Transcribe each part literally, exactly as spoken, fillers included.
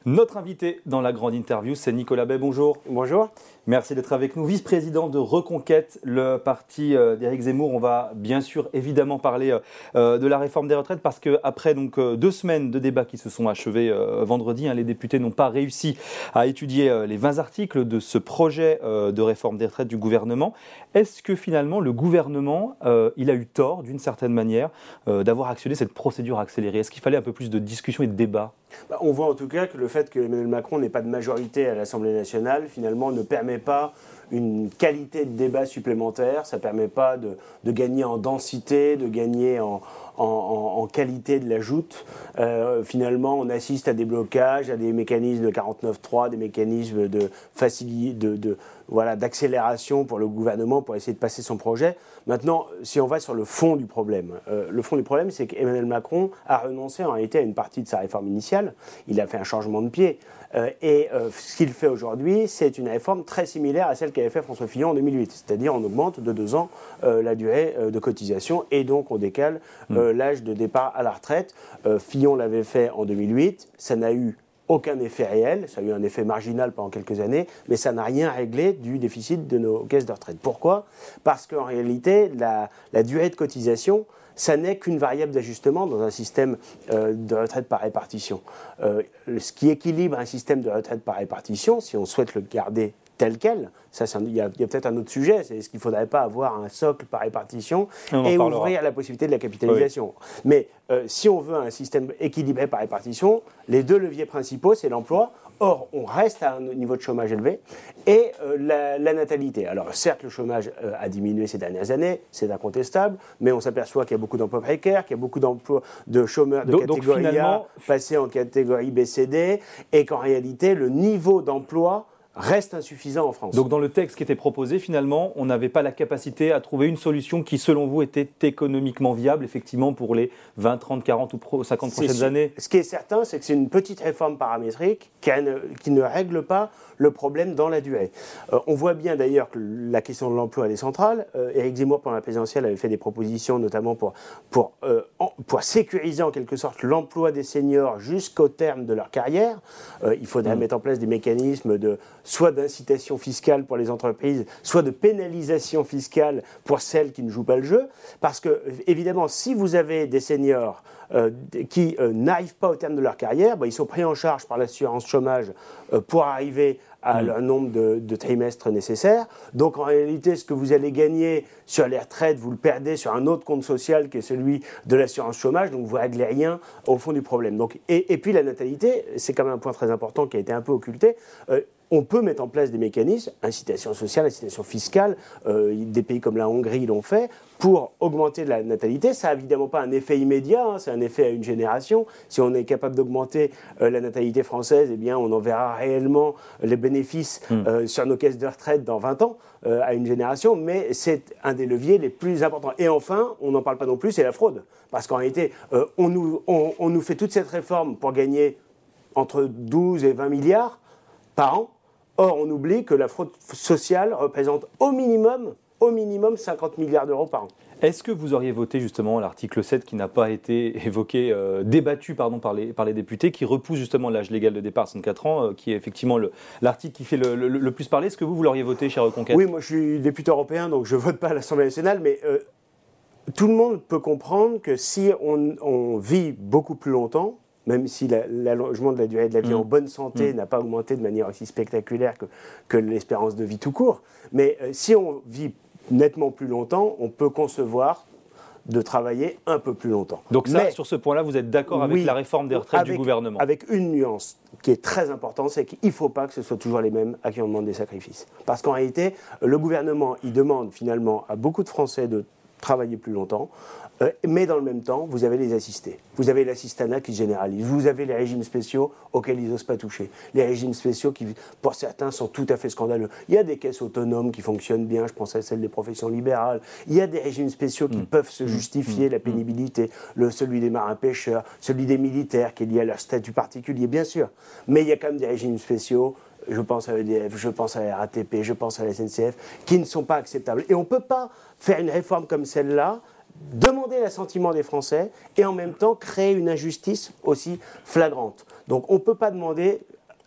Notre invité dans la grande interview, c'est Nicolas Bay. Bonjour. Bonjour. Merci d'être avec nous. Vice-président de Reconquête, le parti euh, d'Éric Zemmour. On va bien sûr évidemment parler euh, de la réforme des retraites parce qu'après donc euh, deux semaines de débats qui se sont achevés euh, vendredi, hein, les députés n'ont pas réussi à étudier euh, les vingt articles de ce projet euh, de réforme des retraites du gouvernement. Est-ce que finalement le gouvernement, euh, il a eu tort d'une certaine manière euh, d'avoir actionné cette procédure accélérée? Est-ce qu'il fallait un peu plus de discussion et de débat? Bah, on voit en tout cas que le fait que Emmanuel Macron n'ait pas de majorité à l'Assemblée nationale, finalement, ne permet pas une qualité de débat supplémentaire, ça ne permet pas de, de gagner en densité, de gagner en, en, en, en qualité de la joute. Euh, finalement, on assiste à des blocages, à des mécanismes de quarante-neuf trois, des mécanismes de facilité, de, de, voilà, d'accélération pour le gouvernement pour essayer de passer son projet. Maintenant, si on va sur le fond du problème, euh, le fond du problème, c'est qu'Emmanuel Macron a renoncé en réalité à une partie de sa réforme initiale. Il a fait un changement de pied. Euh, et euh, ce qu'il fait aujourd'hui, c'est une réforme très similaire à celle qu'avait fait François Fillon en deux mille huit. C'est-à-dire on augmente de deux ans euh, la durée euh, de cotisation et donc on décale euh, mmh. l'âge de départ à la retraite. Euh, Fillon l'avait fait en deux mille huit, ça n'a eu aucun effet réel, ça a eu un effet marginal pendant quelques années, mais ça n'a rien réglé du déficit de nos caisses de retraite. Pourquoi ? Parce qu'en réalité, la, la durée de cotisation, ça n'est qu'une variable d'ajustement dans un système euh, de retraite par répartition. Euh, ce qui équilibre un système de retraite par répartition, si on souhaite le garder tel quel, ça, il y a, a peut-être un autre sujet, c'est est-ce qu'il ne faudrait pas avoir un socle par répartition et ouvrir la possibilité de la capitalisation. Oui. Mais euh, si on veut un système équilibré par répartition, les deux leviers principaux, c'est l'emploi. Or, on reste à un niveau de chômage élevé et euh, la, la natalité. Alors, certes, le chômage euh, a diminué ces dernières années, c'est incontestable, mais on s'aperçoit qu'il y a beaucoup d'emplois précaires, qu'il y a beaucoup d'emplois de chômeurs de donc, catégorie donc finalement... A passés en catégorie B C D et qu'en réalité, le niveau d'emploi reste insuffisant en France. Donc dans le texte qui était proposé, finalement, on n'avait pas la capacité à trouver une solution qui, selon vous, était économiquement viable, effectivement, pour les vingt, trente, quarante ou cinquante prochaines c'est, années. Ce qui est certain, c'est que c'est une petite réforme paramétrique qui, ne, qui ne règle pas le problème dans la durée. Euh, on voit bien d'ailleurs que la question de l'emploi elle est centrale. Euh, Éric Zemmour, pendant la présidentielle, avait fait des propositions, notamment pour, pour, euh, en, pour sécuriser en quelque sorte l'emploi des seniors jusqu'au terme de leur carrière. Euh, il faudrait mmh. mettre en place des mécanismes de soit d'incitation fiscale pour les entreprises, soit de pénalisation fiscale pour celles qui ne jouent pas le jeu. Parce que, évidemment, si vous avez des seniors euh, qui euh, n'arrivent pas au terme de leur carrière, bah, ils sont pris en charge par l'assurance chômage euh, pour arriver à mmh. le nombre de, de trimestres nécessaires. Donc, en réalité, ce que vous allez gagner sur les retraites, vous le perdez sur un autre compte social qui est celui de l'assurance chômage. Donc, vous ne réglez rien au fond du problème. Donc, et, et puis, la natalité, c'est quand même un point très important qui a été un peu occulté. Euh, On peut mettre en place des mécanismes, incitation sociale, incitation fiscale, euh, des pays comme la Hongrie l'ont fait, pour augmenter la natalité. Ça n'a évidemment pas un effet immédiat, hein, c'est un effet à une génération. Si on est capable d'augmenter euh, la natalité française, eh bien, on en verra réellement les bénéfices euh, mmh. sur nos caisses de retraite dans vingt ans, euh, à une génération, mais c'est un des leviers les plus importants. Et enfin, on n'en parle pas non plus, c'est la fraude. Parce qu'en réalité, euh, on, nous, on, on nous fait toute cette réforme pour gagner entre douze et vingt milliards par an. Or, on oublie que la fraude sociale représente au minimum, au minimum cinquante milliards d'euros par an. Est-ce que vous auriez voté justement l'article sept qui n'a pas été évoqué, euh, débattu pardon, par, les, par les députés, qui repousse justement l'âge légal de départ à soixante-quatre ans, euh, qui est effectivement le, l'article qui fait le, le, le plus parler? Est-ce que vous, vous l'auriez voté chez Reconquête? Oui, moi je suis député européen, donc je ne vote pas à l'Assemblée nationale, mais euh, tout le monde peut comprendre que si on, on vit beaucoup plus longtemps, même si la, l'allongement de la durée de la vie mmh. en bonne santé mmh. n'a pas augmenté de manière aussi spectaculaire que, que l'espérance de vie tout court. Mais euh, si on vit nettement plus longtemps, on peut concevoir de travailler un peu plus longtemps. Donc ça, Mais, sur ce point-là, vous êtes d'accord avec oui, la réforme des retraites avec, du gouvernement? Avec une nuance qui est très importante, c'est qu'il ne faut pas que ce soit toujours les mêmes à qui on demande des sacrifices. Parce qu'en réalité, le gouvernement, il demande finalement à beaucoup de Français de travailler plus longtemps, euh, mais dans le même temps, vous avez les assistés. Vous avez l'assistanat qui se généralise. Vous avez les régimes spéciaux auxquels ils n'osent pas toucher. Les régimes spéciaux qui, pour certains, sont tout à fait scandaleux. Il y a des caisses autonomes qui fonctionnent bien, je pense à celle des professions libérales. Il y a des régimes spéciaux qui mmh. peuvent se justifier, mmh. la pénibilité, le, celui des marins-pêcheurs, celui des militaires qui est lié à leur statut particulier, bien sûr. Mais il y a quand même des régimes spéciaux, je pense à E D F, je pense à la R A T P, je pense à la S N C F, qui ne sont pas acceptables. Et on ne peut pas faire une réforme comme celle-là, demander l'assentiment des Français et en même temps créer une injustice aussi flagrante. Donc on ne peut pas demander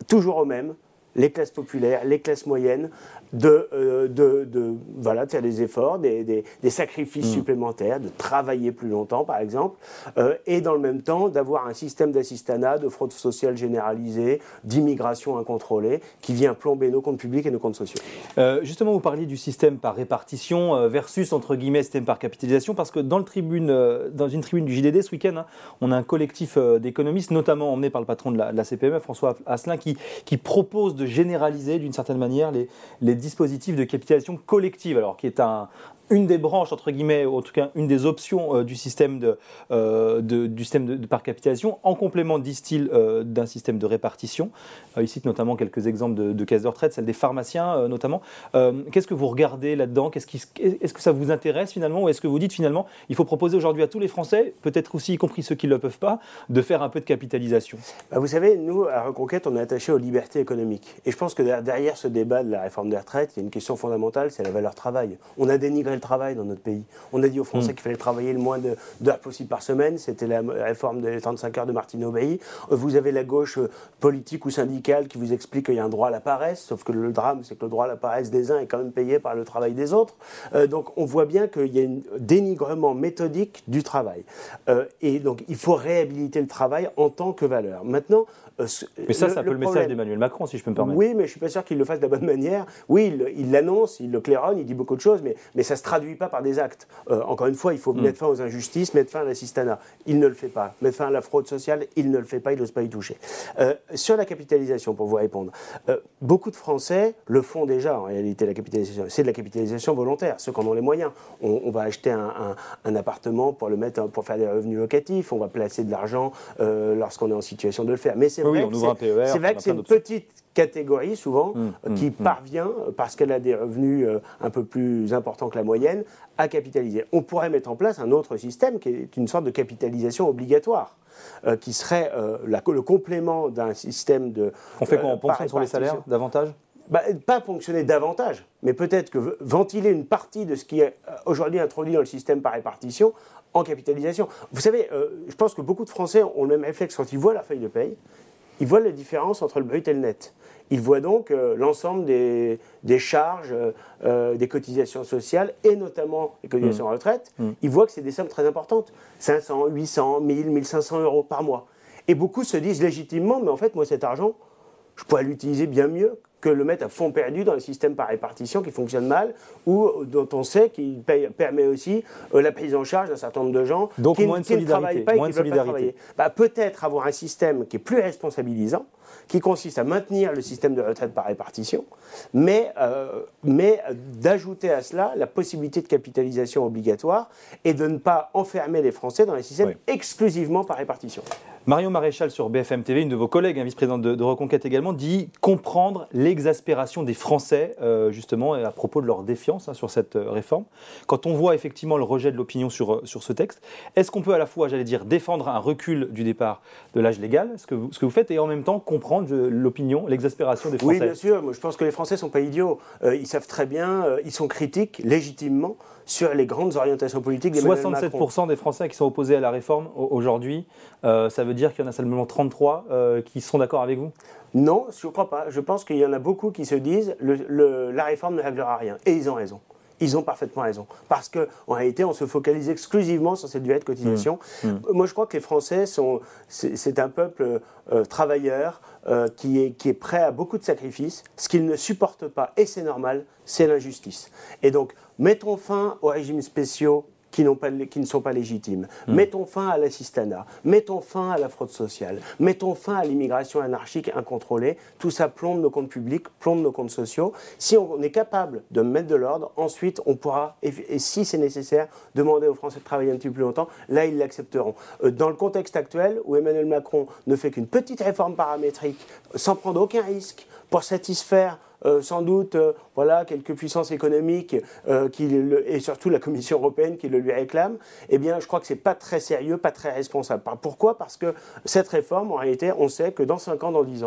toujours aux mêmes, les classes populaires, les classes moyennes, de, euh, de, de, voilà, de faire des efforts, des, des, des sacrifices mmh. supplémentaires, de travailler plus longtemps par exemple, euh, et dans le même temps d'avoir un système d'assistanat, de fraude sociale généralisée, d'immigration incontrôlée, qui vient plomber nos comptes publics et nos comptes sociaux. Euh, justement, vous parliez du système par répartition euh, versus, entre guillemets, système par capitalisation, parce que dans, le tribune, euh, dans une tribune du J D D ce week-end, hein, on a un collectif euh, d'économistes, notamment emmené par le patron de la, de la C P M F, François Asselin, qui, qui propose de généraliser d'une certaine manière les, les dispositif de capitalisation collective, alors qui est un, une des branches, entre guillemets, ou en tout cas une des options euh, du système, de, euh, de, du système de, de par capitalisation, en complément, disent-ils, euh, d'un système de répartition. Euh, ils citent notamment quelques exemples de, de caisses de retraite, celle des pharmaciens euh, notamment. Euh, qu'est-ce que vous regardez là-dedans ? Qu'est-ce qui, Est-ce que ça vous intéresse finalement ? Ou est-ce que vous dites finalement, il faut proposer aujourd'hui à tous les Français, peut-être aussi y compris ceux qui ne le peuvent pas, de faire un peu de capitalisation ? Bah vous savez, nous, à Reconquête, on est attaché aux libertés économiques. Et je pense que derrière ce débat de la réforme des retraites, il y a une question fondamentale, c'est la valeur travail. On a dénigré le travail dans notre pays. On a dit aux Français mmh. qu'il fallait travailler le moins de, d'heures possible par semaine. C'était la réforme des trente-cinq heures de Martine Aubry. Vous avez la gauche politique ou syndicale qui vous explique qu'il y a un droit à la paresse, sauf que le drame, c'est que le droit à la paresse des uns est quand même payé par le travail des autres. Euh, donc on voit bien qu'il y a un dénigrement méthodique du travail. Euh, et donc il faut réhabiliter le travail en tant que valeur. Maintenant, Euh, mais ça, le, c'est un peu le, le message d'Emmanuel Macron, si je peux me permettre. Oui, mais je ne suis pas sûr qu'il le fasse de la bonne manière. Oui, il, il l'annonce, il le claironne, il dit beaucoup de choses, mais, mais ça ne se traduit pas par des actes. Euh, encore une fois, il faut mmh. mettre fin aux injustices, mettre fin à l'assistanat. Il ne le fait pas. Mettre fin à la fraude sociale, il ne le fait pas, il n'ose pas y toucher. Euh, sur la capitalisation, pour vous répondre, euh, beaucoup de Français le font déjà, en réalité, la capitalisation. C'est de la capitalisation volontaire, ceux qui en ont les moyens. On, on va acheter un, un, un appartement pour, le mettre, pour faire des revenus locatifs, on va placer de l'argent euh, lorsqu'on est en situation de le faire. Mais c'est oui, vrai oui, on ouvre un P E R, c'est vrai que c'est une petite catégorie souvent mmh, qui mmh, parvient, parce qu'elle a des revenus euh, un peu plus importants que la moyenne, à capitaliser. On pourrait mettre en place un autre système qui est une sorte de capitalisation obligatoire, euh, qui serait euh, la, le complément d'un système de... On fait quoi, on ponctionne sur les salaires davantage ? Bah, pas fonctionner davantage, mais peut-être que ventiler une partie de ce qui est aujourd'hui introduit dans le système par répartition en capitalisation. Vous savez, euh, je pense que beaucoup de Français ont le même réflexe quand ils voient la feuille de paye. Ils voient la différence entre le brut et le net. Ils voient donc euh, l'ensemble des, des charges, euh, des cotisations sociales et notamment les cotisations mmh. retraite. Mmh. Ils voient que c'est des sommes très importantes. cinq cents, huit cents, mille, mille cinq cents euros par mois. Et beaucoup se disent légitimement, mais en fait, moi, cet argent, je pourrais l'utiliser bien mieux que le mettre à fond perdu dans le système par répartition qui fonctionne mal ou dont on sait qu'il paye, permet aussi euh, la prise en charge d'un certain nombre de gens donc qui, moins de qui ne travaillent pas et qui ne veulent pas travailler. Bah, peut-être avoir un système qui est plus responsabilisant, qui consiste à maintenir le système de retraite par répartition, mais, euh, mais d'ajouter à cela la possibilité de capitalisation obligatoire et de ne pas enfermer les Français dans un système oui. exclusivement par répartition. Marion Maréchal sur B F M T V, une de vos collègues, hein, vice-présidente de, de Reconquête également, dit comprendre l'exaspération des Français, euh, justement, à propos de leur défiance hein, sur cette euh, réforme. Quand on voit effectivement le rejet de l'opinion sur, sur ce texte, est-ce qu'on peut à la fois, j'allais dire, défendre un recul du départ de l'âge légal, ce que vous, ce que vous faites, et en même temps comprendre je, l'opinion, l'exaspération des Français ? Oui, bien sûr. Moi, je pense que les Français ne sont pas idiots. Euh, ils savent très bien, euh, ils sont critiques, légitimement, sur les grandes orientations politiques d'Emmanuel Macron. soixante-sept pour cent des Français qui sont opposés à la réforme aujourd'hui, euh, ça veut dire qu'il y en a seulement trente-trois euh, qui sont d'accord avec vous ? Non, je ne crois pas. Je pense qu'il y en a beaucoup qui se disent le, le, la réforme ne réglera rien. Et ils ont raison. Ils ont parfaitement raison. Parce qu'en réalité, on se focalise exclusivement sur cette durée de cotisation. Mmh. Mmh. Moi, je crois que les Français, sont, c'est, c'est un peuple euh, travailleur euh, qui, est, qui est prêt à beaucoup de sacrifices. Ce qu'ils ne supportent pas, et c'est normal, c'est l'injustice. Et donc, mettons fin aux régimes spéciaux qui, n'ont pas, qui ne sont pas légitimes. Mmh. Mettons fin à l'assistanat. Mettons fin à la fraude sociale. Mettons fin à l'immigration anarchique incontrôlée. Tout ça plombe nos comptes publics, plombe nos comptes sociaux. Si on est capable de mettre de l'ordre, ensuite on pourra, et, et si c'est nécessaire, demander aux Français de travailler un petit peu plus longtemps. Là, ils l'accepteront. Euh, dans le contexte actuel, où Emmanuel Macron ne fait qu'une petite réforme paramétrique, sans prendre aucun risque, pour satisfaire Euh, sans doute euh, voilà, quelques puissances économiques euh, qui le, et surtout la Commission européenne qui le lui réclame, eh bien je crois que ce n'est pas très sérieux, pas très responsable. Pourquoi ? Parce que cette réforme, en réalité, on sait que dans cinq ans, dans dix ans,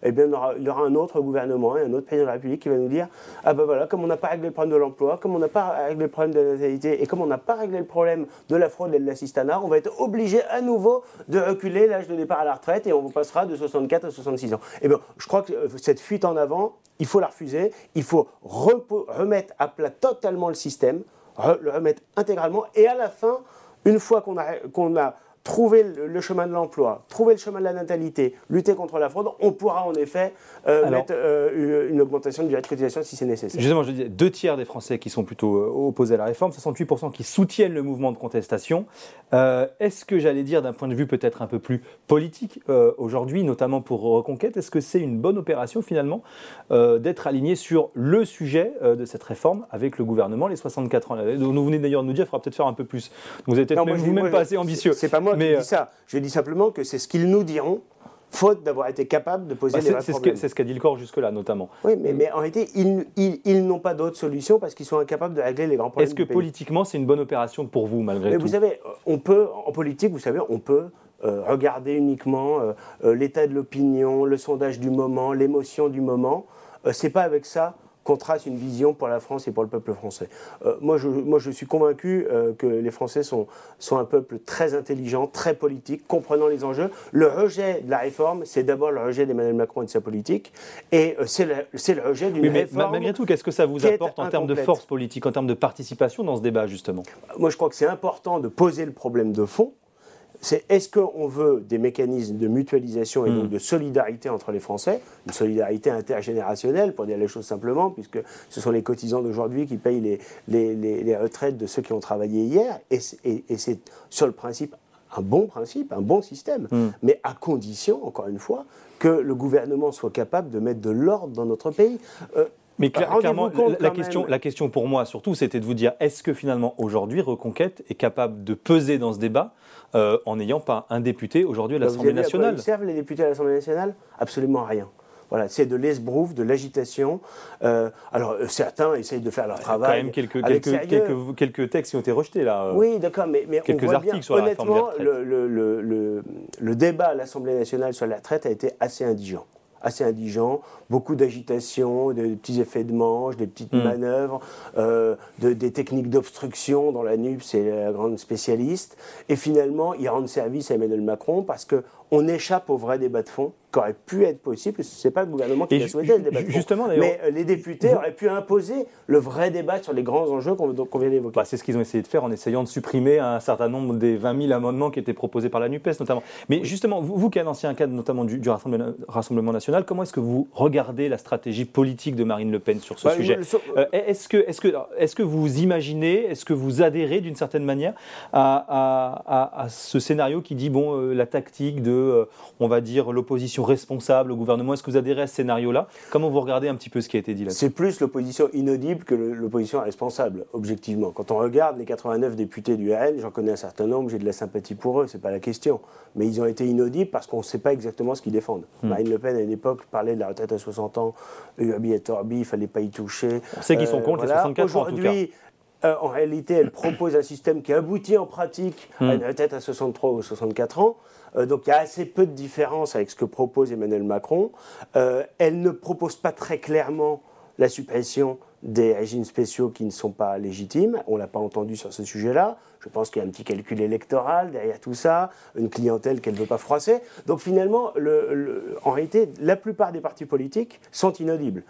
eh bien, il y aura, il y aura un autre gouvernement et un autre président de la République qui va nous dire « Ah ben voilà, comme on n'a pas réglé le problème de l'emploi, comme on n'a pas réglé le problème de la natalité et comme on n'a pas réglé le problème de la fraude et de l'assistanat, on va être obligé à nouveau de reculer l'âge de départ à la retraite et on passera de soixante-quatre à soixante-six ans. » Eh bien, je crois que cette fuite en avant, il faut la refuser, il faut repo- remettre à plat totalement le système, re- le remettre intégralement et à la fin, une fois qu'on a, qu'on a trouver le chemin de l'emploi, trouver le chemin de la natalité, lutter contre la fraude, on pourra en effet euh, Alors, mettre euh, une augmentation de durée de cotisation si c'est nécessaire. Justement, je disais, deux tiers des Français qui sont plutôt euh, opposés à la réforme, soixante-huit pour cent qui soutiennent le mouvement de contestation. Euh, est-ce que j'allais dire d'un point de vue peut-être un peu plus politique euh, aujourd'hui, notamment pour Reconquête, est-ce que c'est une bonne opération finalement euh, d'être aligné sur le sujet euh, de cette réforme avec le gouvernement, les soixante-quatre ans? Vous venez d'ailleurs de nous dire qu'il faudra peut-être faire un peu plus. Donc vous êtes peut-être même, vous-même pas assez ambitieux. C'est, c'est pas moi Mais, qui dis ça. Je dis simplement que c'est ce qu'ils nous diront, faute d'avoir été capable de poser bah, les vrais c'est problèmes. Ce que, c'est ce qu'a dit le corps jusque-là, notamment. Oui, mais, mais en réalité, ils, ils, ils n'ont pas d'autre solution parce qu'ils sont incapables de régler les grands problèmes. Est-ce que politiquement, c'est une bonne opération pour vous, malgré mais tout? Vous savez, on peut, en politique, vous savez, on peut euh, regarder uniquement euh, euh, l'état de l'opinion, le sondage du moment, l'émotion du moment. Euh, c'est pas avec ça qu'on trace une vision pour la France et pour le peuple français. Euh, moi, je, moi, je suis convaincu euh, que les Français sont, sont un peuple très intelligent, très politique, comprenant les enjeux. Le rejet de la réforme, c'est d'abord le rejet d'Emmanuel Macron et de sa politique, et euh, c'est, le, c'est le rejet d'une oui, mais réforme. Malgré tout, qu'est-ce que ça vous apporte en termes de force politique, en termes de participation dans ce débat, justement? Moi, je crois que c'est important de poser le problème de fond. C'est est-ce qu'on veut des mécanismes de mutualisation et donc de solidarité entre les Français, une solidarité intergénérationnelle, pour dire les choses simplement, puisque ce sont les cotisants d'aujourd'hui qui payent les, les, les, les retraites de ceux qui ont travaillé hier, et, et, et c'est sur le principe un bon principe, un bon système, mm. mais à condition, encore une fois, que le gouvernement soit capable de mettre de l'ordre dans notre pays. Euh, Mais cla- clairement, la question, la question pour moi surtout, c'était de vous dire, est-ce que finalement aujourd'hui Reconquête est capable de peser dans ce débat euh, en n'ayant pas un député aujourd'hui à l'Assemblée bah, nationale? Ils servent les députés à l'Assemblée nationale? Absolument rien. Voilà, c'est de l'esbrouf, de l'agitation. Euh, alors certains essayent de faire leur travail. Il y a quand même quelques, quelques, quelques, quelques textes qui ont été rejetés là. Oui, d'accord, mais, mais quelques on voit articles bien, sur la réforme des retraites. Le, le, le, le, le débat à l'Assemblée nationale sur la retraite a été assez indigent. assez indigent, beaucoup d'agitation, de, de petits effets de manche, des petites mmh. manœuvres, euh, de, des techniques d'obstruction dont la N U P c'est la grande spécialiste. Et finalement, ils rendent service à Emmanuel Macron parce qu'on échappe au vrai débat de fond qui aurait pu être possible. Ce n'est pas le gouvernement qui a souhaité le débat de fond. Justement, mais euh, les députés vous... auraient pu imposer le vrai débat sur les grands enjeux qu'on, qu'on vient d'évoquer. Bah, c'est ce qu'ils ont essayé de faire en essayant de supprimer un certain nombre des vingt mille amendements qui étaient proposés par la NUPES notamment. Mais oui. justement, vous, vous qui êtes un ancien cadre notamment du, du Rassemblement, Rassemblement national, comment est-ce que vous regardez la stratégie politique de Marine Le Pen sur ce bah, sujet le... euh, est-ce, que, est-ce, que, est-ce que vous imaginez, est-ce que vous adhérez d'une certaine manière à, à, à, à ce scénario qui dit, bon, euh, la tactique de, euh, on va dire, l'opposition responsable au gouvernement, est-ce que vous adhérez à ce scénario-là? Comment vous regardez un petit peu ce qui a été dit là-dessus? C'est plus l'opposition inaudible que l'opposition responsable, objectivement. Quand on regarde les quatre-vingt-neuf députés du R N, j'en connais un certain nombre, j'ai de la sympathie pour eux, c'est pas la question. Mais ils ont été inaudibles parce qu'on ne sait pas exactement ce qu'ils défendent. Mmh. Marine Le Pen, à une époque, parlait de la retraite à soixante ans, Urbi et Orbi, il ne fallait pas y toucher. On sait qu'ils sont contre euh, voilà. les soixante-quatre ans, en tout cas. Aujourd'hui, euh, en réalité, elle propose un système qui aboutit en pratique mmh. à une retraite à soixante-trois ou soixante-quatre ans. Euh, donc il y a assez peu de différence avec ce que propose Emmanuel Macron. Euh, elle ne propose pas très clairement la suppression des régimes spéciaux qui ne sont pas légitimes. On ne l'a pas entendu sur ce sujet-là. Je pense qu'il y a un petit calcul électoral derrière tout ça, une clientèle qu'elle ne veut pas froisser. Donc finalement, le, le, en réalité, la plupart des partis politiques sont inaudibles.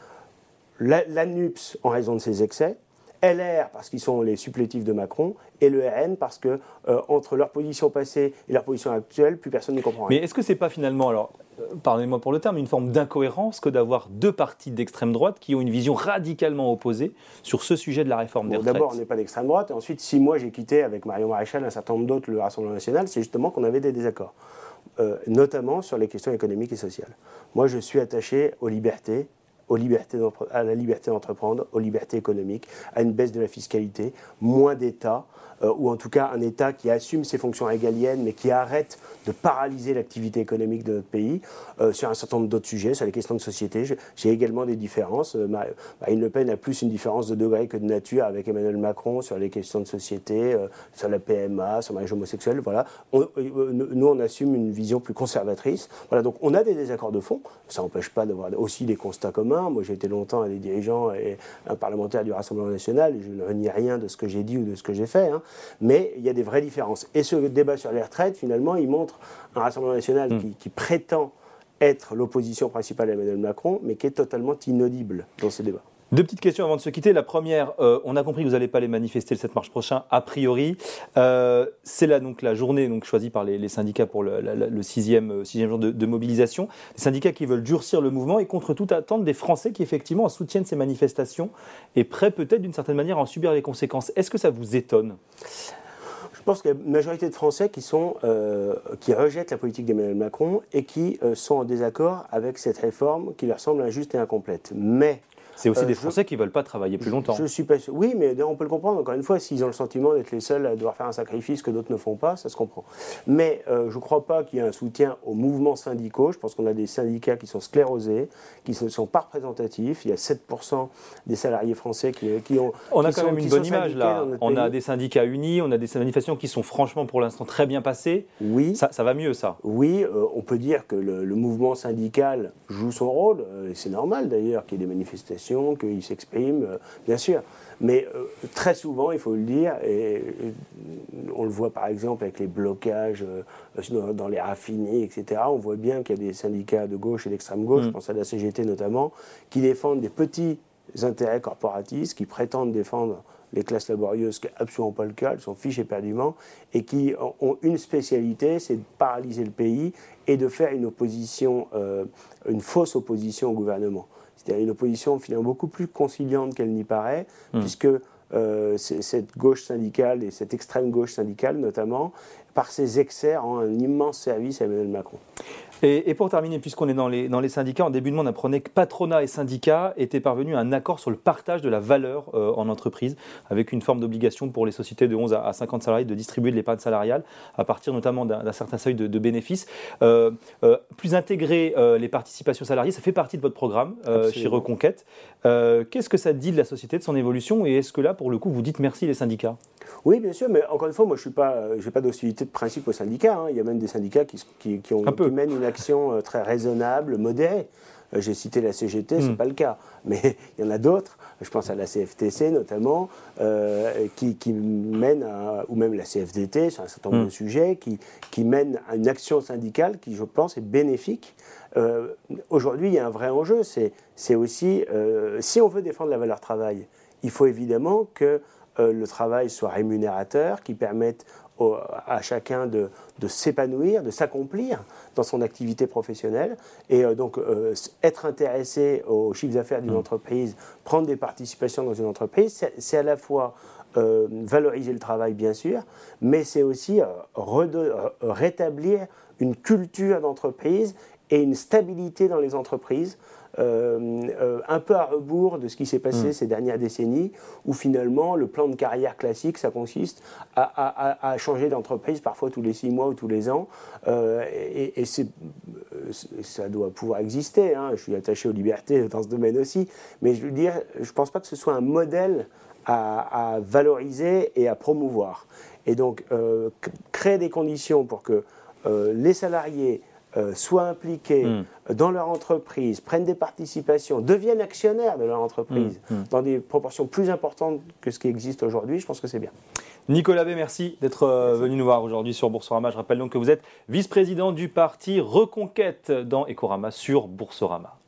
La, la N U P S en raison de ses excès, L R parce qu'ils sont les supplétifs de Macron, et le R N parce que euh, entre leur position passée et leur position actuelle, plus personne ne comprend rien. Mais est-ce que c'est pas finalement, alors euh, pardonnez-moi pour le terme, une forme d'incohérence que d'avoir deux partis d'extrême droite qui ont une vision radicalement opposée sur ce sujet de la réforme bon, des retraites? D'abord, on n'est pas d'extrême droite, et ensuite, si moi j'ai quitté avec Marion Maréchal et un certain nombre d'autres le Rassemblement national, c'est justement qu'on avait des désaccords, euh, notamment sur les questions économiques et sociales. Moi, je suis attaché aux libertés. Aux libertés à la liberté d'entreprendre, aux libertés économiques, à une baisse de la fiscalité, moins d'État, euh, ou en tout cas un État qui assume ses fonctions régaliennes, mais qui arrête de paralyser l'activité économique de notre pays. Euh, sur un certain nombre d'autres sujets, sur les questions de société, j'ai également des différences. Euh, Marine Le Pen a plus une différence de degré que de nature avec Emmanuel Macron sur les questions de société, euh, sur la P M A, sur le mariage homosexuel. Voilà. On, euh, nous, on assume une vision plus conservatrice. Voilà, donc on a des désaccords de fond. Ça n'empêche pas d'avoir aussi des constats communs. Moi, j'ai été longtemps des dirigeants et un parlementaire du Rassemblement national, et je ne renie rien de ce que j'ai dit ou de ce que j'ai fait, hein. Mais il y a des vraies différences. Et ce débat sur les retraites, finalement, il montre un Rassemblement national mmh. qui, qui prétend être l'opposition principale à Emmanuel Macron, mais qui est totalement inaudible dans ce débat. Deux petites questions avant de se quitter. La première, euh, on a compris que vous n'allez pas aller manifester le sept mars prochain, a priori. Euh, c'est là donc la journée donc, choisie par les, les syndicats pour le, la, le sixième, sixième jour de, de mobilisation. Des syndicats qui veulent durcir le mouvement et contre toute attente des Français qui effectivement soutiennent ces manifestations et prêts peut-être d'une certaine manière à en subir les conséquences. Est-ce que ça vous étonne ? Je pense qu'il y a une majorité de Français qui, sont, euh, qui rejettent la politique d'Emmanuel Macron et qui euh, sont en désaccord avec cette réforme qui leur semble injuste et incomplète. Mais c'est aussi euh, des je, Français qui ne veulent pas travailler plus longtemps. Je, je suis pas sûr. Oui, mais on peut le comprendre. Encore une fois, s'ils ont le sentiment d'être les seuls à devoir faire un sacrifice que d'autres ne font pas, ça se comprend. Mais euh, je ne crois pas qu'il y ait un soutien aux mouvements syndicaux. Je pense qu'on a des syndicats qui sont sclérosés, qui ne sont pas représentatifs. Il y a sept pour cent des salariés français qui, qui ont... On a qui quand sont, même une bonne image là. On a des syndicats unis, on a des manifestations qui sont franchement pour l'instant très bien passées. Oui. Ça, ça va mieux ça. Oui, euh, on peut dire que le, le mouvement syndical joue son rôle. Euh, c'est normal d'ailleurs qu'il y ait des manifestations, qu'il s'exprime. Euh, bien sûr, mais euh, très souvent, il faut le dire, et, et on le voit par exemple avec les blocages euh, dans, dans les raffineries, et cetera, on voit bien qu'il y a des syndicats de gauche et d'extrême gauche, mmh. je pense à la C G T notamment, qui défendent des petits intérêts corporatistes, qui prétendent défendre les classes laborieuses, ce qui n'est absolument pas le cas, elles s'en fichent éperdument, et qui ont une spécialité, c'est de paralyser le pays et de faire une opposition, euh, une fausse opposition au gouvernement. C'est-à-dire une opposition finalement beaucoup plus conciliante qu'elle n'y paraît, mmh. puisque euh, cette gauche syndicale et cette extrême gauche syndicale notamment, par ses excès, rend un immense service à Emmanuel Macron. Et, et pour terminer, puisqu'on est dans les, dans les syndicats, en début de mois, on apprenait que patronat et syndicats étaient parvenus à un accord sur le partage de la valeur euh, en entreprise, avec une forme d'obligation pour les sociétés de onze à cinquante salariés de distribuer de l'épargne salariale, à partir notamment d'un, d'un certain seuil de, de bénéfices. Euh, euh, plus intégrer euh, les participations salariées, ça fait partie de votre programme euh, chez Reconquête. Euh, qu'est-ce que ça dit de la société, de son évolution, et est-ce que là, pour le coup, vous dites merci les syndicats ? Oui, bien sûr, mais encore une fois, moi, je n'ai pas, pas d'hostilité de principe aux syndicats. Hein. Il y a même des syndicats qui, qui, qui, ont, qui mènent une action euh, très raisonnable, modérée. Euh, j'ai cité la C G T, mmh. ce n'est pas le cas. Mais il y en a d'autres, je pense à la C F T C notamment, euh, qui, qui mènent, à, ou même la C F D T sur un certain nombre mmh. de sujets, qui, qui mènent à une action syndicale qui, je pense, est bénéfique. Euh, aujourd'hui, il y a un vrai enjeu. C'est, c'est aussi, euh, si on veut défendre la valeur travail, il faut évidemment que Euh, le travail soit rémunérateur, qui permette au, à chacun de, de s'épanouir, de s'accomplir dans son activité professionnelle. Et euh, donc, euh, être intéressé au chiffre d'affaires d'une mmh. entreprise, prendre des participations dans une entreprise, c'est, c'est à la fois euh, valoriser le travail, bien sûr, mais c'est aussi euh, rede, euh, rétablir une culture d'entreprise et une stabilité dans les entreprises. Euh, euh, un peu à rebours de ce qui s'est passé mmh. ces dernières décennies, où finalement le plan de carrière classique, ça consiste à, à, à changer d'entreprise parfois tous les six mois ou tous les ans, euh, et, et c'est, ça doit pouvoir exister, hein. Je suis attaché aux libertés dans ce domaine aussi, mais je veux dire, je ne pense pas que ce soit un modèle à, à valoriser et à promouvoir. Et donc, euh, créer des conditions pour que euh, les salariés Euh, soient impliqués mmh. dans leur entreprise, prennent des participations, deviennent actionnaires de leur entreprise mmh. Mmh. dans des proportions plus importantes que ce qui existe aujourd'hui, je pense que c'est bien. Nicolas B, merci d'être euh, venu nous voir aujourd'hui sur Boursorama. Je rappelle donc que vous êtes vice-président du parti Reconquête dans Ecorama sur Boursorama.